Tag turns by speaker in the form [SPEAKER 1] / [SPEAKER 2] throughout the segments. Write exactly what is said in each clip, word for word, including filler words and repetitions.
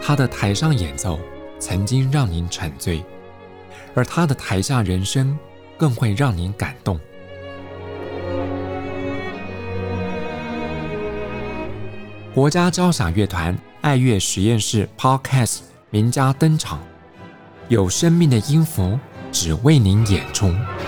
[SPEAKER 1] 他的台上演奏曾经让您沉醉，而他的台下人生更会让您感动。国家交响乐团爱乐实验室 Podcast 名家登场，有生命的音符只为您演出。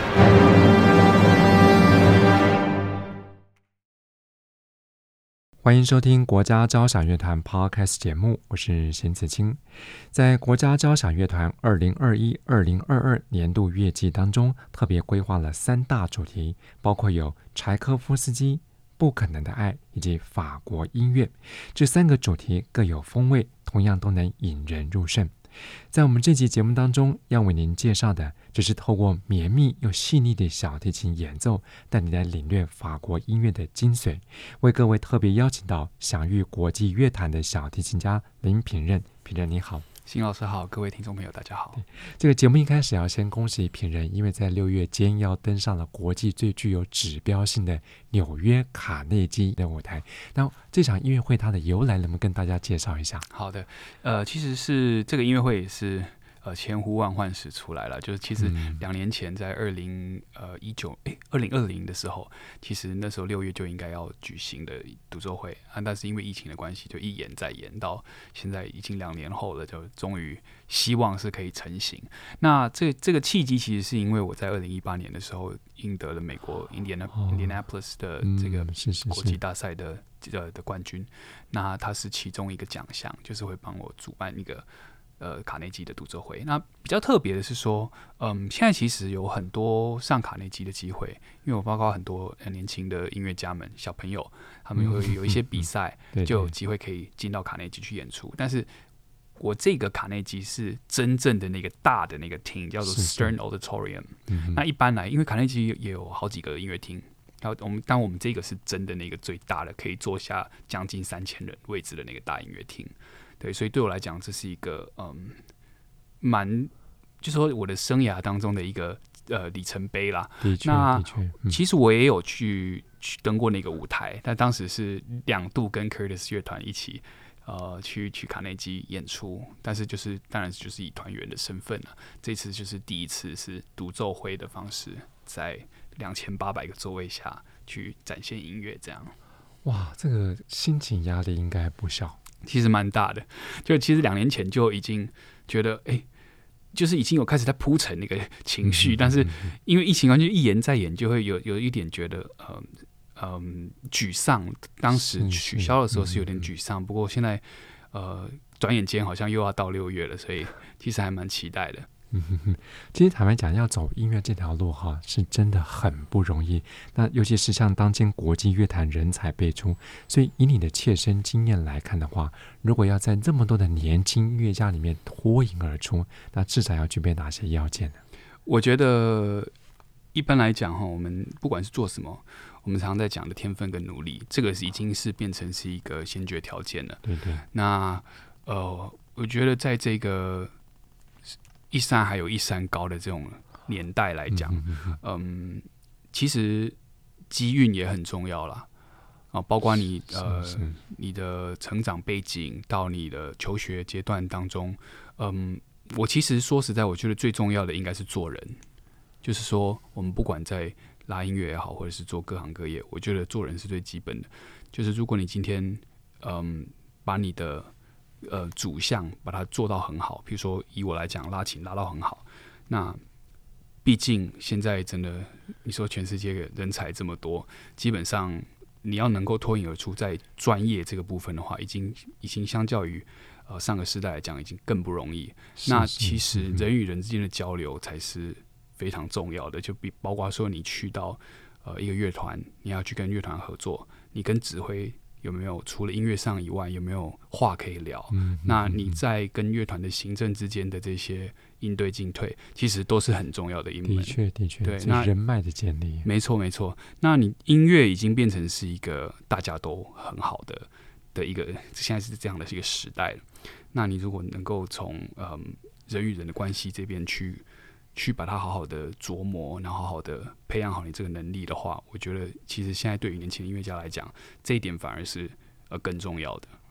[SPEAKER 1] 欢迎收听国家交响乐团 Podcast 节目，我是邢子清。在国家交响乐团二零二一二零二二年度乐季当中，特别规划了三大主题，包括有柴科夫斯基、不可能的爱以及法国音乐。这三个主题各有风味，同样都能引人入胜。在我们这期节目当中，要为您介绍的就是透过绵密又细腻的小提琴演奏，带你来领略法国音乐的精髓。为各位特别邀请到享誉国际乐坛的小提琴家林品任。品任你好。
[SPEAKER 2] 邢老师好，各位听众朋友大家好。
[SPEAKER 1] 这个节目一开始要先恭喜品任，因为在六月间要登上了国际最具有指标性的纽约卡内基的舞台。那这场音乐会它的由来能不能跟大家介绍一下？
[SPEAKER 2] 好的，呃，其实是这个音乐会也是呃千呼万唤始出来了，就是其实两年前在二零呃一九哎二零二零的时候，其实那时候六月就应该要举行的独奏会啊，但是因为疫情的关系，就一延再延到现在已经两年后了，就终于希望是可以成型。那这这个契机其实是因为我在二零一八年的时候赢得了美国 Indiana、哦、Indianapolis 的这个国际大赛的、嗯、是是是的, 的冠军，那它是其中一个奖项，就是会帮我主办一个。呃，卡内基的独奏会。那比较特别的是说，嗯，现在其实有很多上卡内基的机会，因为我包括很多年轻的音乐家们、小朋友，他们会有一些比赛，就有机会可以进到卡内基去演出。但是我这个卡内基是真正的那个大的那个厅，叫做 Stern Auditorium。那一般来，因为卡内基也有好几个音乐厅，然后我们当我们这个是真的那个最大的，可以坐下将近三千人位置的那个大音乐厅。对，所以对我来讲，这是一个嗯，蛮，就说我的生涯当中的一个呃里程碑啦。
[SPEAKER 1] 的确，
[SPEAKER 2] 那
[SPEAKER 1] 的确，
[SPEAKER 2] 嗯、其实我也有去去登过那个舞台，但当时是两度跟 Curtis 乐团一起呃去去卡内基演出，但是就是当然就是以团员的身份了。这次就是第一次是独奏会的方式，在两千八百个座位下去展现音乐，这样。
[SPEAKER 1] 哇，这个心情压力应该不小。
[SPEAKER 2] 其实蛮大的，就其实两年前就已经觉得，哎、欸，就是已经有开始在铺陈那个情绪、嗯，但是因为疫情关系一延再延，就会有有一点觉得，呃，嗯、呃，沮丧。当时取消的时候是有点沮丧，不过现在，呃，转眼间好像又要到六月了，所以其实还蛮期待的。
[SPEAKER 1] 嗯哼哼，其实坦白讲，要走音乐这条路哈，是真的很不容易。那尤其是像当今国际乐坛人才辈出，所以以你的切身经验来看的话，如果要在这么多的年轻音乐家里面脱颖而出，那至少要具备哪些要件呢？
[SPEAKER 2] 我觉得一般来讲哈，我们不管是做什么，我们常常在讲的天分跟努力，这个已经是变成是一个先决条件了。
[SPEAKER 1] 对对。
[SPEAKER 2] 那呃，我觉得在这个一山还有一山高的这种年代来讲，嗯, 嗯，其实机运也很重要啦。啊，包括你呃你的成长背景到你的求学阶段当中，嗯，我其实说实在，我觉得最重要的应该是做人，就是说我们不管在拉音乐也好，或者是做各行各业，我觉得做人是最基本的。就是如果你今天嗯把你的呃，主项把它做到很好，比如说以我来讲，拉琴拉到很好。那毕竟现在真的，你说全世界人才这么多，基本上你要能够脱颖而出，在专业这个部分的话，已经已经相较于呃上个时代来讲，已经更不容易。那其实人与人之间的交流才是非常重要的，就比包括说你去到呃一个乐团，你要去跟乐团合作，你跟指挥。有没有除了音乐上以外，有没有话可以聊？嗯，那你在跟乐团的行政之间的这些应对进退，其实都是很重要的一门。
[SPEAKER 1] 的确，的确，
[SPEAKER 2] 对，
[SPEAKER 1] 那人脉的建立，
[SPEAKER 2] 没错，没错。那你音乐已经变成是一个大家都很好的的一个，现在是这样的一个时代了。那你如果能够从嗯人与人的关系这边去。去把它好好的琢磨，然后好好的培养好你这个能力的话，我觉得其实现在对于年轻的音乐家来讲，这一点反而是呃更重要的。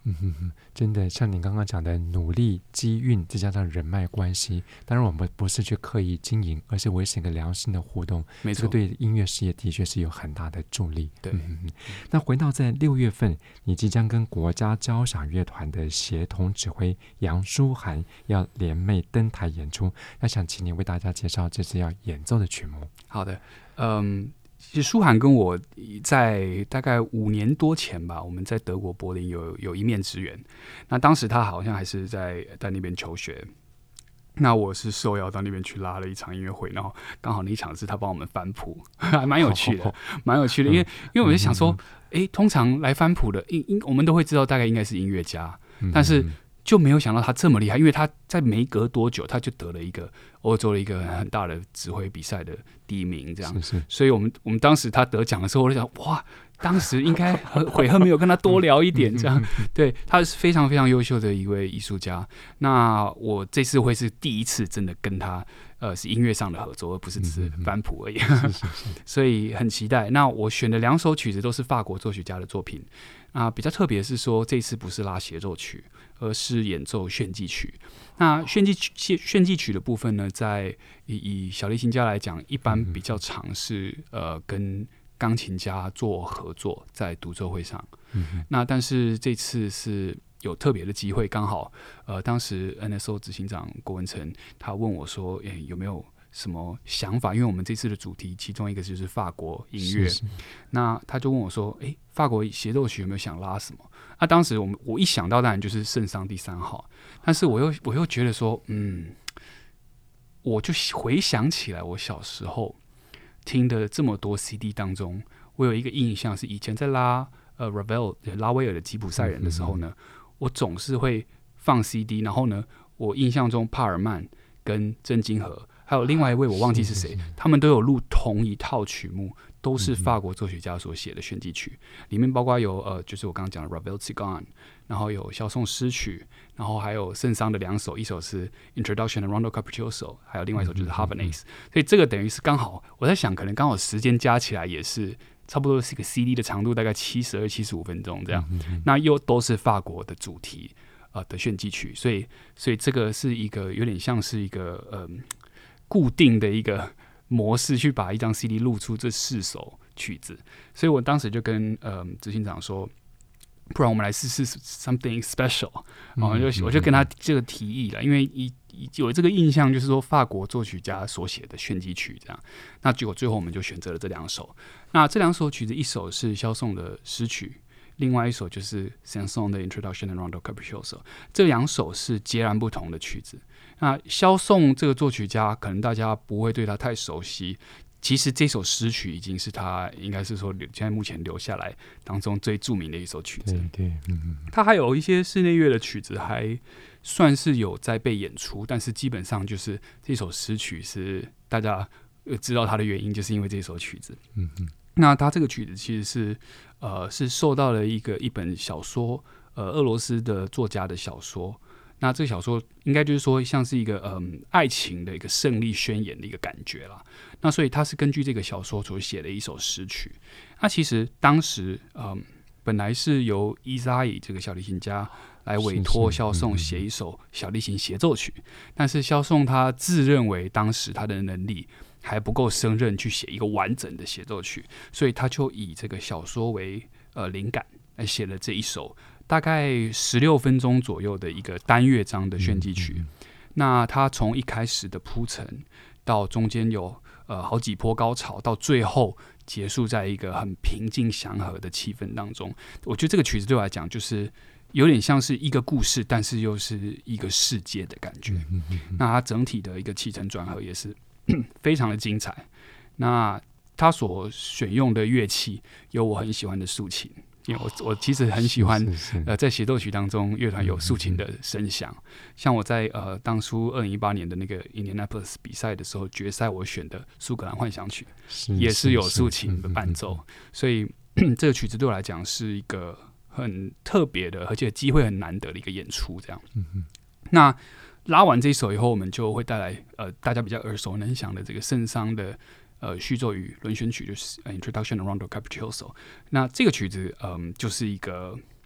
[SPEAKER 1] 嗯哼哼，真的像你刚刚讲的努力、机运，再加上人脉关系，当然我们不是去刻意经营，而是维持一个良性的互动，
[SPEAKER 2] 没错，
[SPEAKER 1] 这个对音乐事业的确是有很大的助力。
[SPEAKER 2] 对，
[SPEAKER 1] 嗯哼，那回到在六月份，你即将跟国家交响乐团的协同指挥杨舒涵要联袂登台演出，那想请你为大家介绍这次要演奏的曲目。
[SPEAKER 2] 好的，嗯。其实舒涵跟我在大概五年多前吧，我们在德国柏林有有一面之缘。那当时他好像还是在在那边求学，那我是受邀到那边去拉了一场音乐会，然后刚好那一场是他帮我们翻谱，还蛮有趣的，蛮有趣的。因为因为我就想说，哎，通常来翻谱的，应应我们都会知道大概应该是音乐家，但是就没有想到他这么厉害，因为他在没隔多久他就得了一个欧洲的一个很大的指挥比赛的第一名，这样。
[SPEAKER 1] 是是，
[SPEAKER 2] 所以我们我们当时他得奖的时候，我就想，哇，当时应该悔恨没有跟他多聊一点，这样。对，他是非常非常优秀的一位艺术家。那我这次会是第一次真的跟他呃是音乐上的合作，而不是只是翻谱而已。所以很期待。那我选的两首曲子都是法国作曲家的作品。啊，比较特别的是说，这次不是拉协奏曲，而是演奏炫技曲。那炫技曲、炫技曲的部分呢，在以以小提琴家来讲，一般比较常是呃跟钢琴家做合作，在独奏会上。嗯、那但是这次是有特别的机会，刚好呃，当时 N S O 执行长郭文成他问我说，欸，有没有什么想法？因为我们这次的主题其中一个就是法国音乐，是是，那他就问我说：“哎，法国协奏曲有没有想拉什么？”那、啊、当时我们我一想到当然就是圣桑第三号，但是我又我又觉得说，嗯，我就回想起来我小时候听的这么多 C D 当中，我有一个印象是以前在拉呃 Ravel 拉威尔的吉普赛人的时候呢，嗯、我总是会放 C D， 然后呢，我印象中帕尔曼跟郑金河。还有另外一位我忘记是谁，是是是，他们都有录同一套曲目，都是法国作曲家所写的炫技曲，里面包括有呃，就是我刚刚讲的 Ravel Cigan， 然后有肖颂诗曲，然后还有圣桑的两首，一首是 Introduction 的 Rondo Capriccioso， 还有另外一首就是 Havanese， 所以这个等于是刚好，我在想可能刚好时间加起来也是差不多是一个 C D 的长度，大概七十二、七十五分钟这样，那又都是法国的主题呃的炫技曲，所以所以这个是一个有点像是一个呃。固定的一个模式去把一张 C D 录出这四首曲子，所以我当时就跟呃执行长说，不然我们来试试 something special， 然后就我就跟他这个提议了，因为一有这个印象就是说法国作曲家所写的炫技曲这样，那结果最后我们就选择了这两首，那这两首曲子一首是肖颂的诗曲。另外一首就是 Saint-Saëns 的 Introduction and Rondo Capriccioso， 这两首是截然不同的曲子。那肖颂这个作曲家，可能大家不会对他太熟悉。其实这首诗曲已经是他应该是说现在目前留下来当中最著名的一首曲子。
[SPEAKER 1] 对对，嗯，
[SPEAKER 2] 他还有一些室内乐的曲子还算是有在被演出，但是基本上就是这首诗曲是大家知道它的原因，就是因为这首曲子。嗯嗯。那他这个曲子其实是，呃，是受到了一个一本小说，呃，俄罗斯的作家的小说。那这个小说应该就是说，像是一个嗯爱情的一个胜利宣言的一个感觉啦。那所以他是根据这个小说所写的一首诗曲。那其实当时嗯本来是由伊扎伊这个小提琴家来委托肖颂写一首小提琴协奏曲，是是嗯、但是肖颂他自认为当时他的能力还不够胜任去写一个完整的协奏曲，所以他就以这个小说为呃灵感来写了这一首大概十六分钟左右的一个单乐章的炫技曲。嗯嗯、那他从一开始的铺陈到中间有呃好几波高潮，到最后结束在一个很平静祥和的气氛当中。我觉得这个曲子对我来讲就是有点像是一个故事，但是又是一个世界的感觉。嗯嗯嗯、那它整体的一个起承转合也是非常的精彩。那他所选用的乐器有我很喜欢的竖琴，因为我我其实很喜欢是是是呃在协奏曲当中乐团有竖琴的声响。嗯嗯嗯像我在呃当初二零一八年的那个 Indianapolis 比赛的时候，决赛我选的苏格兰幻想曲是也是有竖琴的伴奏，所以这个曲子对我来讲是一个很特别的，而且机会很难得的一个演出。这样，嗯嗯那。拉完这一首以后，我们就会带来呃大家比较耳熟能详的这个圣桑的呃序奏与轮旋曲，就是 Introduction and Rondo Capriccioso。那这个曲子嗯、呃、就是一个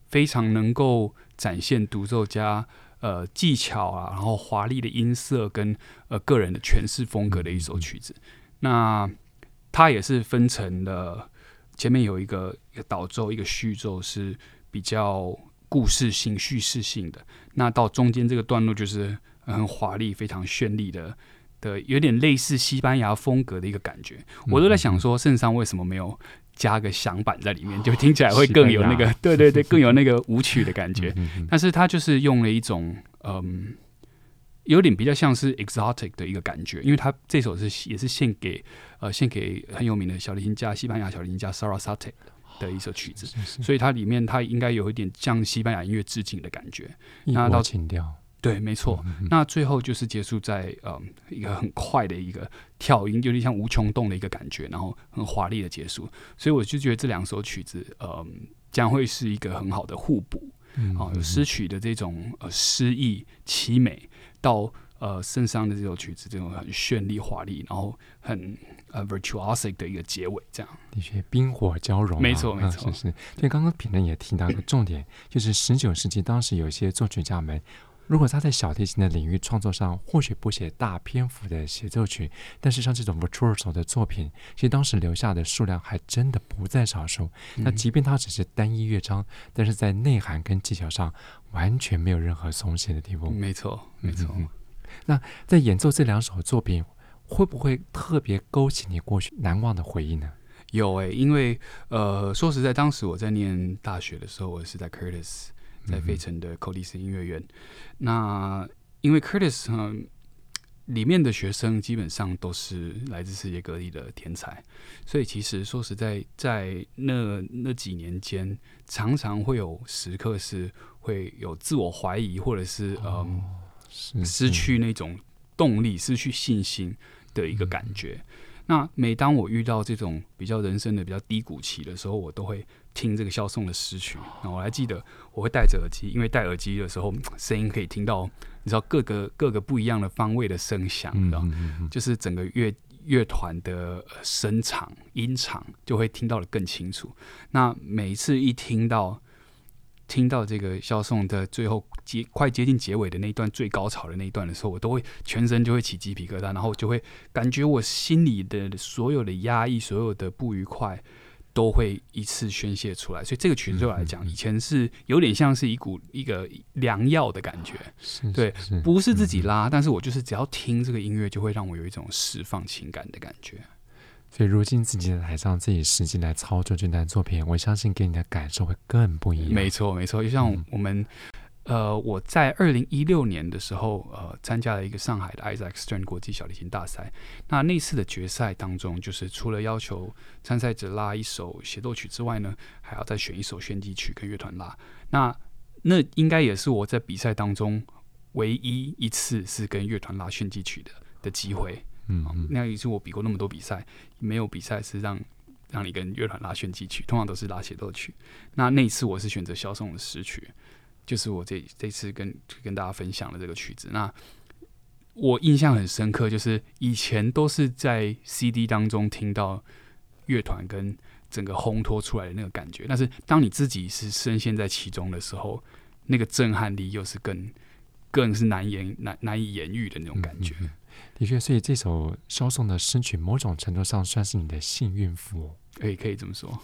[SPEAKER 2] 非常能够展现独奏家呃技巧啊，然后华丽的音色跟呃个人的诠释风格的一首曲子。那它也是分成了前面有一个一个导奏，一个序奏是比较故事性、叙事性的。那到中间这个段落就是很华丽、非常绚丽的。的有点类似西班牙风格的一个感觉，我都在想说，圣桑为什么没有加个响板在里面，就听起来会更有那个，对对对，更有那个舞曲的感觉。但是他就是用了一种，嗯，有点比较像是 exotic 的一个感觉，因为他这首是也是献给呃献给很有名的小提琴家，西班牙小提琴家 Sarasate 的一首曲子，所以它里面它应该有一点向西班牙音乐致敬的感觉，
[SPEAKER 1] 异国情调。
[SPEAKER 2] 对，没错。嗯、那最后就是结束在嗯一个很快的一个跳音，有点像无穷动的一个感觉，然后很华丽的结束。所以我就觉得这两首曲子，嗯，将会是一个很好的互补。嗯，哦、有诗曲的这种呃诗意凄美，到呃圣桑的这首曲子这种很绚丽华丽，然后很呃 virtuosic 的一个结尾，这样。
[SPEAKER 1] 的确，冰火交融、啊。
[SPEAKER 2] 没错，没错。
[SPEAKER 1] 啊、是是。对，刚刚评论也提到一个重点，就是十九世纪当时有一些作曲家们。如果他在小提琴的领域创作上或许不写大篇幅的协奏曲，但是像这种 virtuoso 的作品，其实当时留下的数量还真的不在少数。嗯、那即便它只是单一乐章，但是在内涵跟技巧上完全没有任何松懈的地步。
[SPEAKER 2] 没错，没错、嗯。
[SPEAKER 1] 那在演奏这两首作品，会不会特别勾起你过去难忘的回忆呢？
[SPEAKER 2] 有诶、欸，因为呃，说实在，当时我在念大学的时候，我是在 Curtis。在费城的寇蒂斯音乐院，那因为 Curtis、嗯、里面的学生基本上都是来自世界各地的天才，所以其实说实在，在那那几年间，常常会有时刻是会有自我怀疑，或者是、哦、嗯是是失去那种动力、失去信心的一个感觉。嗯、那每当我遇到这种比较人生的比较低谷期的时候，我都会听这个萧颂的诗曲。那我还记得我会戴着耳机，因为戴耳机的时候声音可以听到，你知道各个各个不一样的方位的声响，你知道，就是整个乐乐团的声场音场就会听到的更清楚。那每一次一听到听到这个萧颂的最后接快接近结尾的那一段最高潮的那一段的时候，我都会全身就会起鸡皮疙瘩，然后就会感觉我心里的所有的压抑、所有的不愉快都会一次宣泄出来。所以这个曲子对我来讲，以前是有点像是一股一个良药的感觉，
[SPEAKER 1] 是
[SPEAKER 2] 对，
[SPEAKER 1] 是是
[SPEAKER 2] 不是自己拉，嗯、但是我就是只要听这个音乐，就会让我有一种释放情感的感觉。
[SPEAKER 1] 所以如今自己在台上自己实际来操作这段作品，我相信给你的感受会更不一样。
[SPEAKER 2] 没错没错，就像我们、嗯、呃我在二零一六年的时候呃参加了一个上海的 Isaac Stern 国际小提琴大赛。那那次的决赛当中，就是除了要求参赛者拉一首协奏曲之外呢，还要再选一首炫技曲跟乐团拉。那那应该也是我在比赛当中唯一一次是跟乐团拉炫技曲的的机会。嗯嗯，那也是我比过那么多比赛，没有比赛是让让你跟乐团拉炫技曲，通常都是拉协奏曲。那那一次我是选择萧颂的诗曲，就是我这这次跟跟大家分享的这个曲子。那我印象很深刻，就是以前都是在 C D 当中听到乐团跟整个烘托出来的那个感觉，但是当你自己是深陷在其中的时候，那个震撼力又是更更是难言难难以言喻的那种感觉。嗯嗯嗯，
[SPEAKER 1] 的确，所以这首萧颂的诗曲，某种程度上算是你的幸运符哦。
[SPEAKER 2] 可以，可以这么说。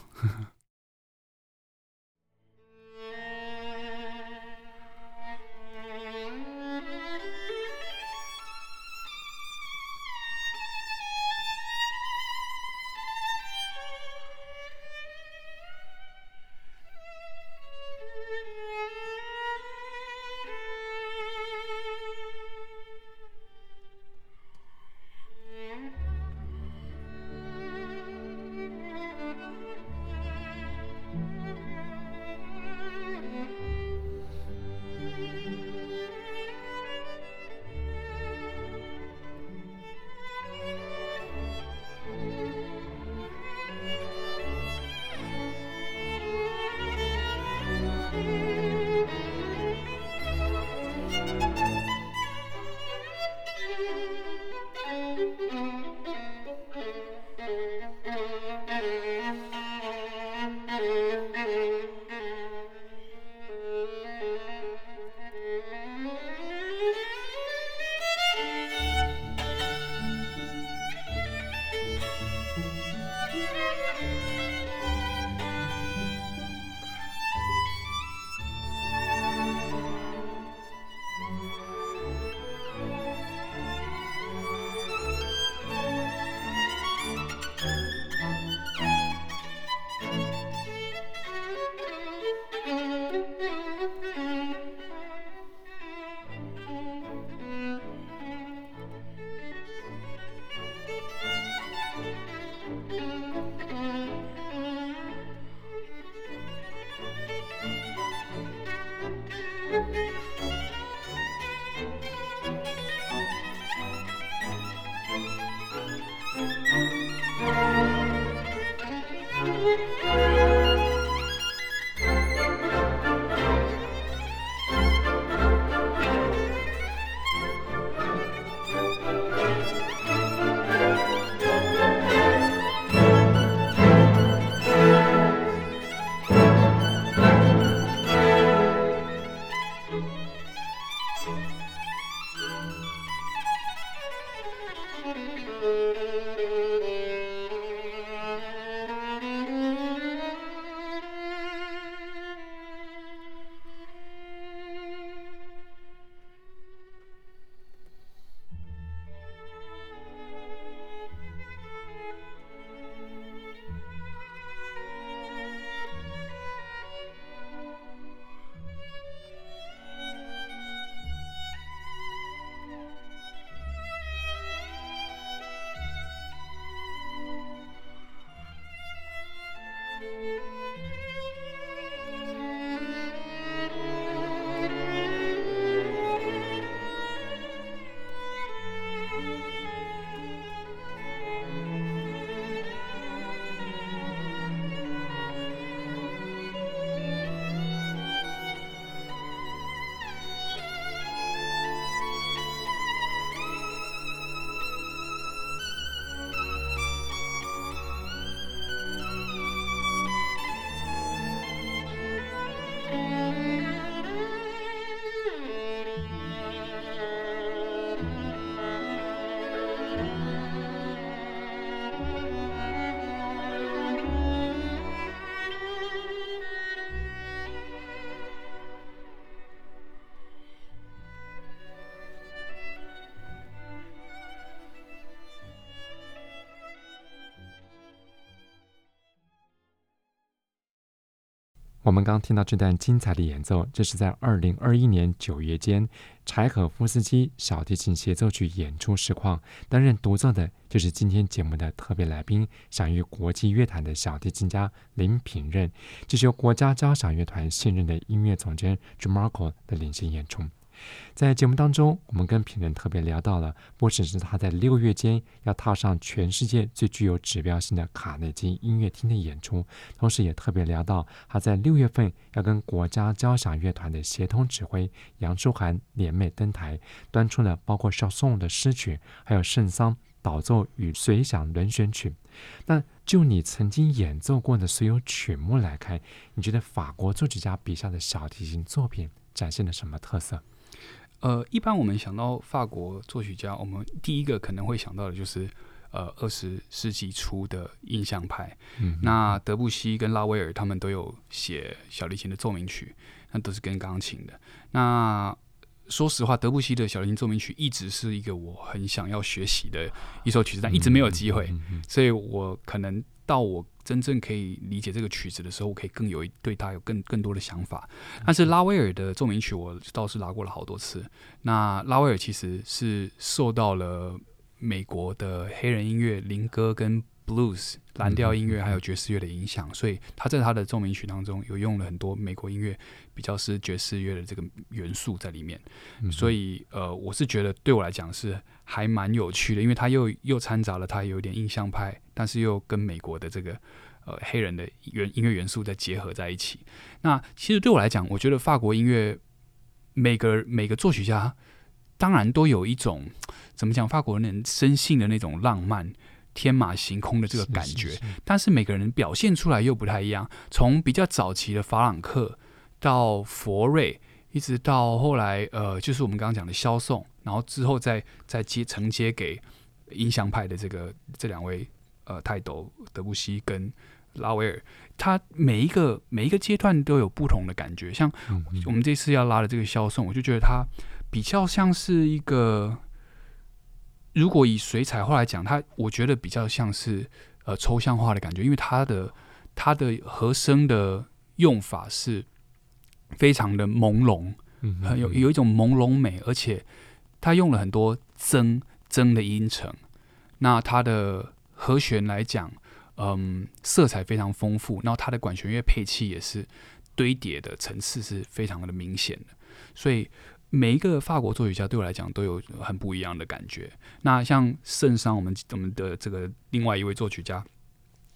[SPEAKER 1] 我们刚听到这段精彩的演奏，这是在二零二一年九月间柴可夫斯基小提琴协奏曲演出实况。担任独奏的就是今天节目的特别来宾，享誉国际乐坛的小提琴家林品任。这是由国家交响乐团现任的音乐总监 Gianmarco 的领衔演出。在节目当中，我们跟品任特别聊到了，不只是他在六月间要踏上全世界最具有指标性的卡内基音乐厅的演出，同时也特别聊到他在六月份要跟国家交响乐团的协同指挥杨舒涵联袂登台，端出了包括肖颂的诗曲，还有圣桑导奏与随想轮选曲。那就你曾经演奏过的所有曲目来看，你觉得法国作曲家笔下的小提琴作品展现了什么特色？
[SPEAKER 2] 呃，一般我们想到法国作曲家，我们第一个可能会想到的就是呃二十世纪初的印象派。嗯，那德布西跟拉威尔他们都有写小提琴的奏鸣曲，那都是跟钢琴的。那说实话，德布西的小提琴奏鸣曲一直是一个我很想要学习的一首曲子，但一直没有机会，所以我可能到我真正可以理解这个曲子的时候，我可以更有对它有更更多的想法。但是拉威尔的奏鸣曲我倒是拉过了好多次。那拉威尔其实是受到了美国的黑人音乐灵歌跟 blues 蓝调音乐还有爵士乐的影响，所以他在他的奏鸣曲当中有用了很多美国音乐比较是爵士乐的这个元素在里面。所以呃，我是觉得对我来讲是还蛮有趣的，因为他又又掺杂了他有点印象派，但是又跟美国的这个呃黑人的元音乐元素在结合在一起。那其实对我来讲，我觉得法国音乐每个每个作曲家当然都有一种怎么讲，法国人生性的那种浪漫天马行空的这个感觉，是是是，但是每个人表现出来又不太一样。从比较早期的法朗克到佛瑞，一直到后来呃，就是我们刚刚讲的肖颂，然后之后再再接承接给印象派的这个这两位呃泰斗德布西跟拉威尔，他每一个每一个阶段都有不同的感觉。像我们这次要拉的这个肖颂，我就觉得他比较像是一个。如果以水彩画来讲，它我觉得比较像是呃抽象化的感觉，因为它的它的和声的用法是非常的朦胧，嗯、有有一种朦胧美，而且它用了很多增增的音程。那它的和弦来讲，嗯，色彩非常丰富，然后它的管弦乐配器也是堆叠的层次是非常的明显的，所以。每一个法国作曲家对我来讲都有很不一样的感觉。那像圣桑，我们我们的这个另外一位作曲家，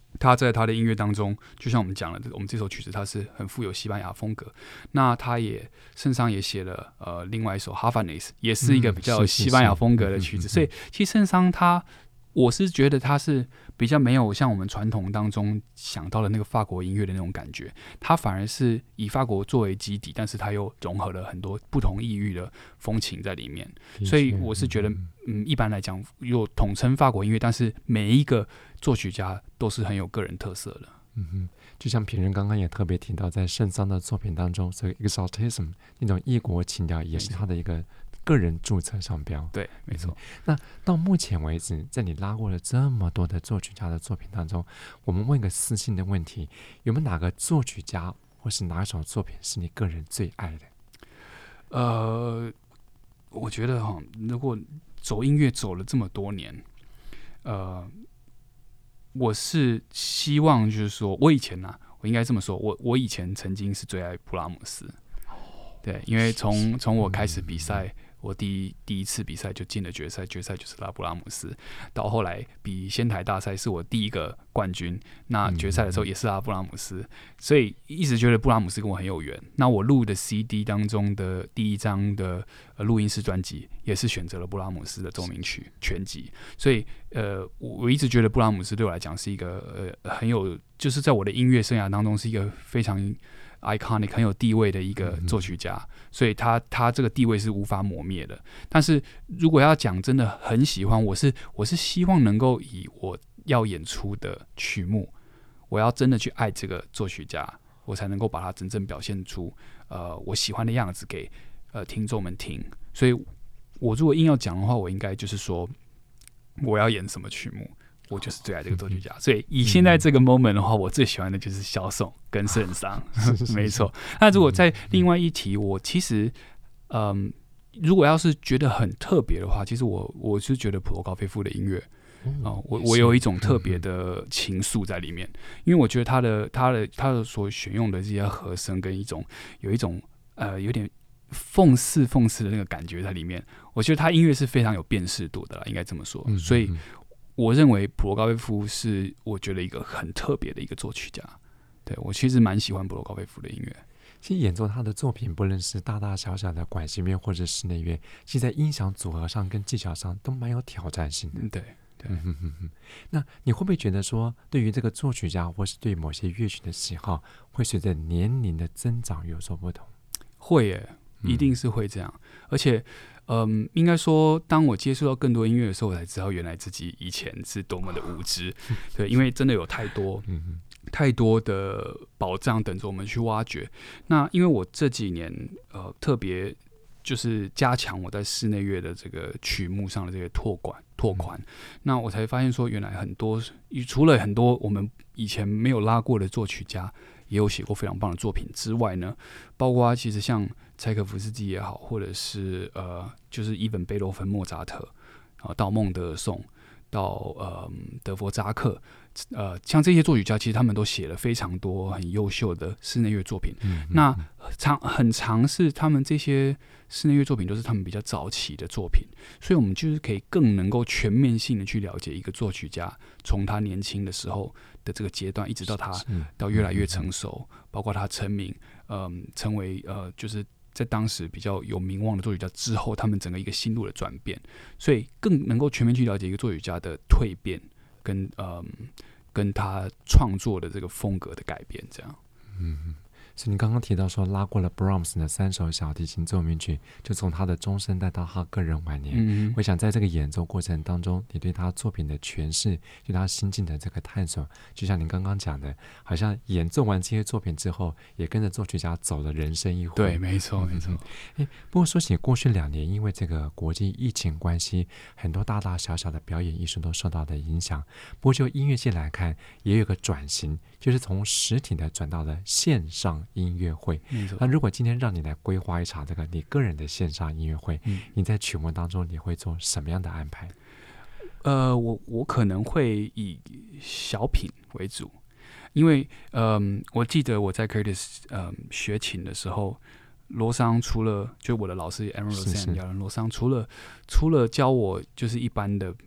[SPEAKER 2] 他在他的音乐当中，就像我们讲的，我们这首曲子它是很富有西班牙风格。那他也圣桑也写了呃另外一首《哈凡内斯》，也是一个比较西班牙风格的曲子。嗯、是是是所以其实圣桑他，我是觉得他是比较没有像我们传统当中想到的那个法国音乐的那种感觉，他反而是以法国作为基底，但是他又融合了很多不同异域的风情在里面。所以我是觉得，嗯，一般来讲有统称法国音乐，但是每一个作曲家都是很有个人特色的。
[SPEAKER 1] 嗯哼，就像品任刚刚也特别提到，在圣桑的作品当中，这个 exaltation 那种异国情调也是他的一个个人注册商标。
[SPEAKER 2] 对，没错、嗯。
[SPEAKER 1] 那到目前为止，在你拉过了这么多的作曲家的作品当中，我们问一个私信的问题：有没有哪个作曲家或是哪一首作品是你个人最爱的？
[SPEAKER 2] 呃，我觉得哈，如果走音乐走了这么多年，呃。我是希望就是说，我以前啊，我应该这么说，我我以前曾经是最爱布拉姆斯，对，因为从从我开始比赛，我第一第一次比赛就进了决赛，决赛就是拉布拉姆斯，到后来比仙台大赛是我第一个冠军，那决赛的时候也是拉布拉姆斯，所以一直觉得布拉姆斯跟我很有缘。那我录的 C D 当中的第一张的录音室专辑也是选择了布拉姆斯的奏鸣曲全集，所以呃，我一直觉得布拉姆斯对我来讲是一个呃很有，就是在我的音乐生涯当中是一个非常iconic 很有地位的一个作曲家，嗯、所以他他这个地位是无法磨灭的。但是如果要讲真的很喜欢，我是我是希望能够以我要演出的曲目，我要真的去爱这个作曲家，我才能够把它真正表现出呃我喜欢的样子给呃听众们听。所以我如果硬要讲的话，我应该就是说我要演什么曲目，我就是最爱这个作曲家，所以以现在这个 moment 的话，我最喜欢的就是萧颂跟圣桑，没错。那如果在另外一题，我其实，嗯，如果要是觉得很特别的话，其实我我是觉得普罗高菲夫的音乐，啊、呃，我我有一种特别的情愫在里面，因为我觉得他的他的他的所选用的这些和声跟一种有一种呃有点讽刺讽刺的那个感觉在里面，我觉得他音乐是非常有辨识度的啦，应该这么说，所以。我认为普罗高菲夫是我觉得一个很特别的一个作曲家，对，我其实蛮喜欢普罗高菲夫的音乐。
[SPEAKER 1] 其实演奏他的作品，不论是大大小小的管弦乐或者室内乐，其实在音响组合上跟技巧上都蛮有挑战性的。
[SPEAKER 2] 嗯、对对、
[SPEAKER 1] 嗯哼哼。那你会不会觉得说，对于这个作曲家或是对某些乐曲的喜好，会随着年龄的增长有所不同？
[SPEAKER 2] 会耶，一定是会这样，嗯、而且。嗯，应该说，当我接触到更多音乐的时候，我才知道原来自己以前是多么的无知。对，因为真的有太多、太多的宝藏等着我们去挖掘。那因为我这几年呃特别就是加强我在室内乐的这个曲目上的这个拓宽拓宽，那我才发现说，原来很多除了很多我们以前没有拉过的作曲家。也有写过非常棒的作品之外呢，包括其实像柴可夫斯基也好，或者是呃，就是 even 贝多芬、莫扎特，啊，到孟德尔颂，到呃德弗扎克，呃，像这些作曲家，其实他们都写了非常多很优秀的室内乐作品。嗯、那长很长是他们这些室内乐作品都是他们比较早期的作品，所以我们就是可以更能够全面性的去了解一个作曲家，从他年轻的时候。的这个阶段，一直到他到越来越成熟，包括他成名，嗯，成为呃，就是在当时比较有名望的作曲家之后，他们整个一个心路的转变，所以更能够全面去了解一个作曲家的蜕变跟嗯，跟他创作的这个风格的改变，这样。
[SPEAKER 1] 嗯。所以你刚刚提到说拉过了 Brahms 的三首小提琴奏鸣曲，就从他的终身带到他个人晚年。嗯、我想在这个演奏过程当中，你对他作品的诠释，对他心境的这个探索，就像你刚刚讲的，好像演奏完这些作品之后，也跟着作曲家走了人生一回。
[SPEAKER 2] 对，没错，没错。
[SPEAKER 1] 哎，不过说起过去两年，因为这个国际疫情关系，很多大大小小的表演艺术都受到了影响。不过就音乐界来看，也有一个转型，就是从实体的转到了线上音乐会。那如果今天让你来规划一场这个你个人的线上音乐会，嗯、你在曲目当中你会做什么样的安排？
[SPEAKER 2] 呃，我我可能会以小品为主，因为嗯，我记得我在 Curtis 嗯学琴的时候，罗桑除了就我的老师 Aaron Rosen 亚伦罗桑，除了除了教我就是一般的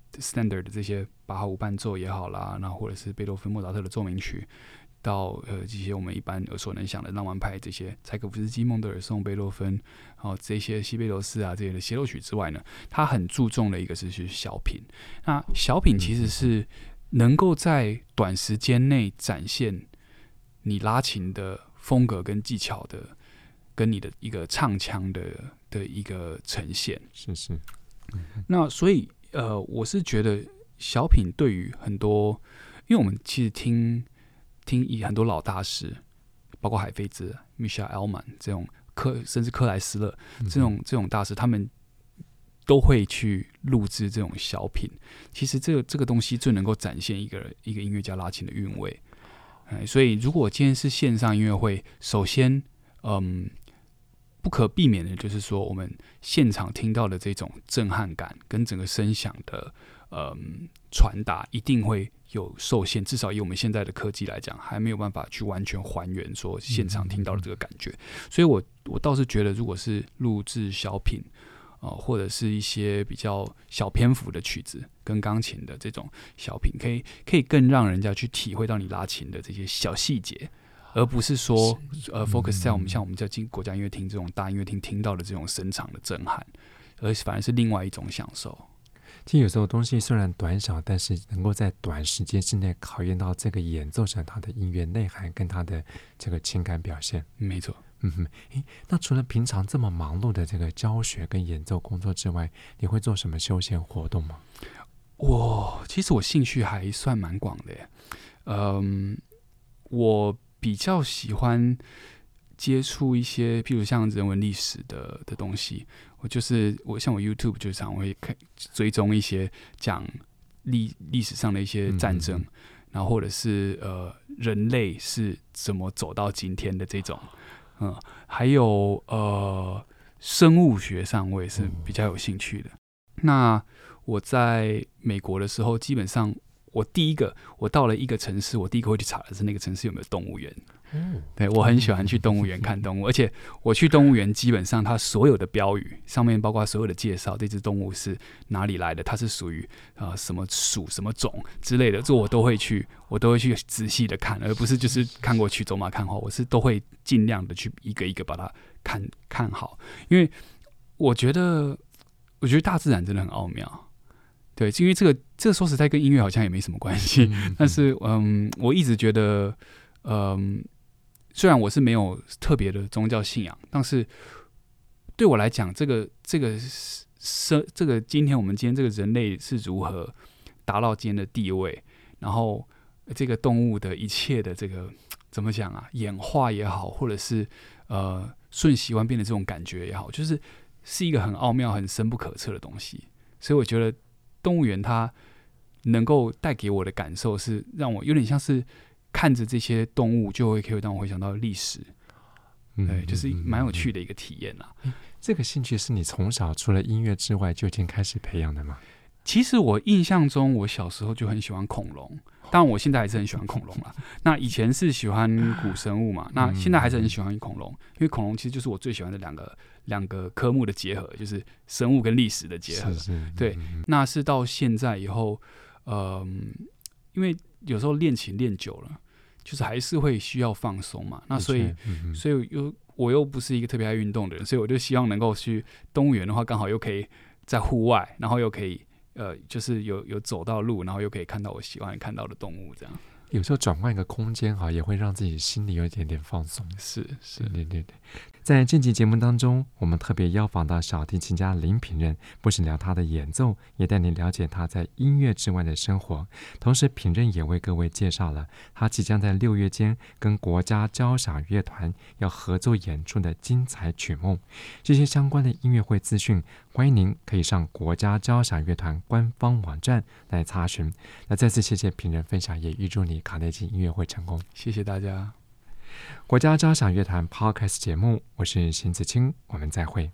[SPEAKER 2] standard 的这些巴哈五伴奏也好啦，那或者是贝多芬、莫扎特的奏鸣曲，到呃这些我们一般耳熟能详的浪漫派这些柴可夫斯基、孟德尔颂、贝多芬，哦这些西贝罗斯啊这些的协奏曲之外呢，他很注重的一个是是小品。那小品其实是能够在短时间内展现你拉琴的风格跟技巧的，跟你的一个唱腔的的一个呈现。
[SPEAKER 1] 是是。
[SPEAKER 2] 嗯、那所以呃，我是觉得小品对于很多，因为我们其实听听以很多老大师，包括海菲兹、米歇尔·埃尔曼这种克，甚至克莱斯勒这种、嗯、这种大师，他们都会去录制这种小品。其实这个这个东西最能够展现一个一个音乐家拉琴的韵味。哎，所以如果今天是线上音乐会，首先，嗯。不可避免的就是说，我们现场听到的这种震撼感跟整个声响的嗯传达，一定会有受限。至少以我们现在的科技来讲，还没有办法去完全还原说现场听到的这个感觉。所以我我倒是觉得，如果是录制小品啊、呃，或者是一些比较小篇幅的曲子跟钢琴的这种小品，可以可以更让人家去体会到你拉琴的这些小细节。而不是说，呃 ，focus 在我们像我们在进国家音乐厅这种大音乐厅听到的这种声场的震撼，而反而是另外一种享受。
[SPEAKER 1] 其实有时候东西虽然短小，但是能够在短时间之内考验到这个演奏者他的音乐内涵跟他的这个情感表现。
[SPEAKER 2] 没错。
[SPEAKER 1] 嗯哼，诶，那除了平常这么忙碌的这个教学跟演奏工作之外，你会做什么休闲活动吗？
[SPEAKER 2] 我其实我兴趣还算蛮广的耶。嗯，我比较喜欢接触一些，譬如像人文历史的的东西。我就是我像我 YouTube 就常会看追踪一些讲历历史上的一些战争，嗯、然后或者是呃人类是怎么走到今天的这种，嗯，还有呃生物学上我也是比较有兴趣的。嗯、那我在美国的时候，基本上。我第一个，我到了一个城市，我第一个会去查的是那个城市有没有动物园。嗯、对，我很喜欢去动物园看动物，而且我去动物园，基本上它所有的标语上面，包括所有的介绍，这只动物是哪里来的，它是属于呃什么属、什么种之类的，这我都会去，我都会去仔细的看，而不是就是看过去走马看花，我是都会尽量的去一个一个把它看看好，因为我觉得，我觉得大自然真的很奥妙。对，因为这个，这个说实在跟音乐好像也没什么关系，嗯、但是，嗯，我一直觉得，嗯，虽然我是没有特别的宗教信仰，但是对我来讲，这个，这个生，这个今天我们今天这个人类是如何达到今天的地位，然后这个动物的一切的这个怎么讲啊，演化也好，或者是呃瞬息万变的这种感觉也好，就是是一个很奥妙、很深不可测的东西，所以我觉得。动物园它能够带给我的感受是让我有点像是看着这些动物就会可以让我回想到历史，嗯、对，就是蛮有趣的一个体验啦、
[SPEAKER 1] 嗯。这个兴趣是你从小除了音乐之外就已经开始培养的吗？
[SPEAKER 2] 其实我印象中，我小时候就很喜欢恐龙，当然我现在还是很喜欢恐龙啦。那以前是喜欢古生物嘛，那现在还是很喜欢恐龙，因为恐龙其实就是我最喜欢的两个两个科目的结合，就是生物跟历史的结合。
[SPEAKER 1] 是是
[SPEAKER 2] 对，嗯、那是到现在以后，呃，因为有时候练琴练久了，就是还是会需要放松嘛。那所以，嗯、所以又我又不是一个特别爱运动的人，所以我就希望能够去动物园的话，刚好又可以在户外，然后又可以。呃，就是有有走到路，然后又可以看到我喜欢看到的动物，这样。
[SPEAKER 1] 有时候转换一个空间哈，也会让自己心里有一点点放松。
[SPEAKER 2] 是是，
[SPEAKER 1] 对对对。在这期节目当中，我们特别邀访到小提琴家林品任，不仅聊他的演奏，也带你了解他在音乐之外的生活。同时，品任也为各位介绍了他即将在六月间跟国家交响乐团要合作演出的精彩曲目。这些相关的音乐会资讯，欢迎您可以上国家交响乐团官方网站来查询。那再次谢谢品任分享，也预祝你卡内基音乐会成功。
[SPEAKER 2] 谢谢大家。
[SPEAKER 1] 国家交响乐团 Podcast 节目，我是邢子清，我们再会。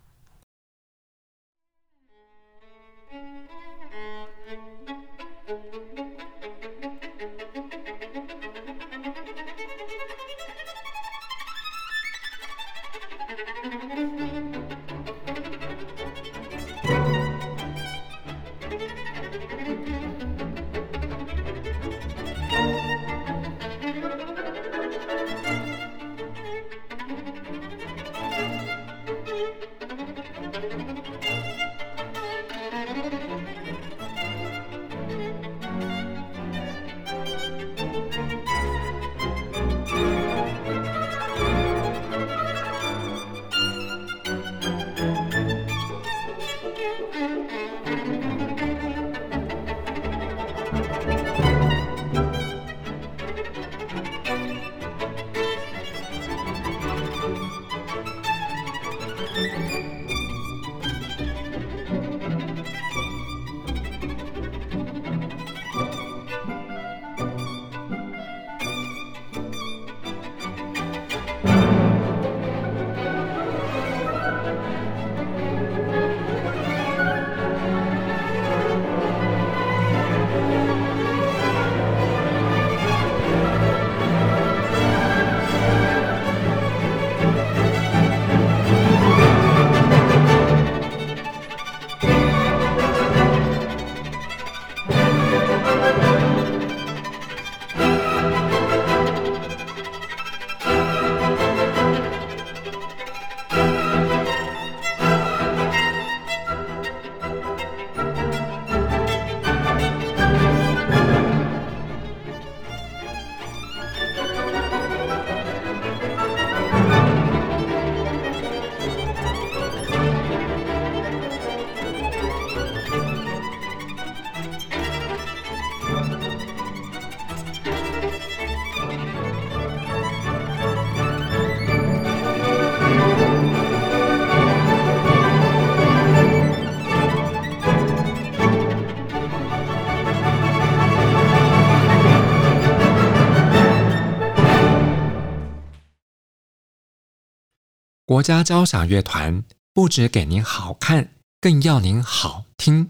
[SPEAKER 1] 国家交响乐团不只给您好看，更要您好听。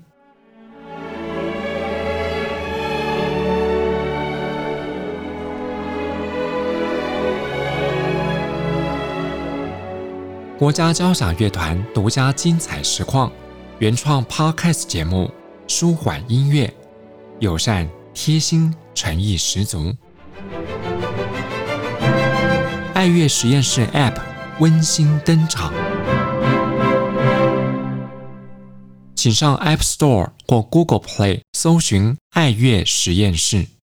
[SPEAKER 1] 国家交响乐团独家精彩实况，原创 Podcast 节目，舒缓音乐，友善贴心，诚意十足。爱乐实验室 App 温馨登场，请上 App Store 或 Google Play 搜寻爱乐实验室。